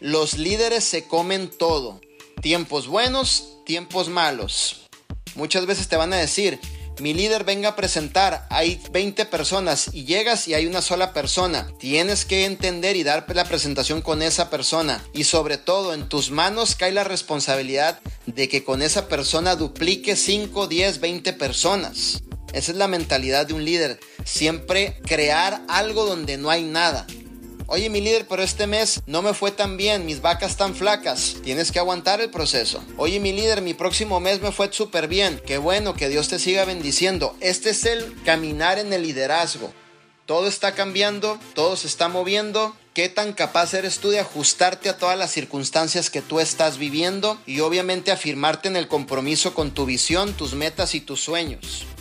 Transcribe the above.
Los líderes se comen todo. Tiempos buenos, tiempos malos. Muchas veces te van a decir, mi líder venga a presentar, hay 20 personas y llegas y hay una sola persona. Tienes que entender y dar la presentación con esa persona. Y sobre todo, en tus manos cae la responsabilidad de que con esa persona duplique 5, 10, 20 personas. Esa es la mentalidad de un líder. Siempre crear algo donde no hay nada. Oye, mi líder, pero este mes no me fue tan bien, mis vacas están flacas. Tienes que aguantar el proceso. Oye, mi líder, mi próximo mes me fue súper bien. Qué bueno, que Dios te siga bendiciendo. Este es el caminar en el liderazgo. Todo está cambiando, todo se está moviendo. ¿Qué tan capaz eres tú de ajustarte a todas las circunstancias que tú estás viviendo? Y obviamente afirmarte en el compromiso con tu visión, tus metas y tus sueños.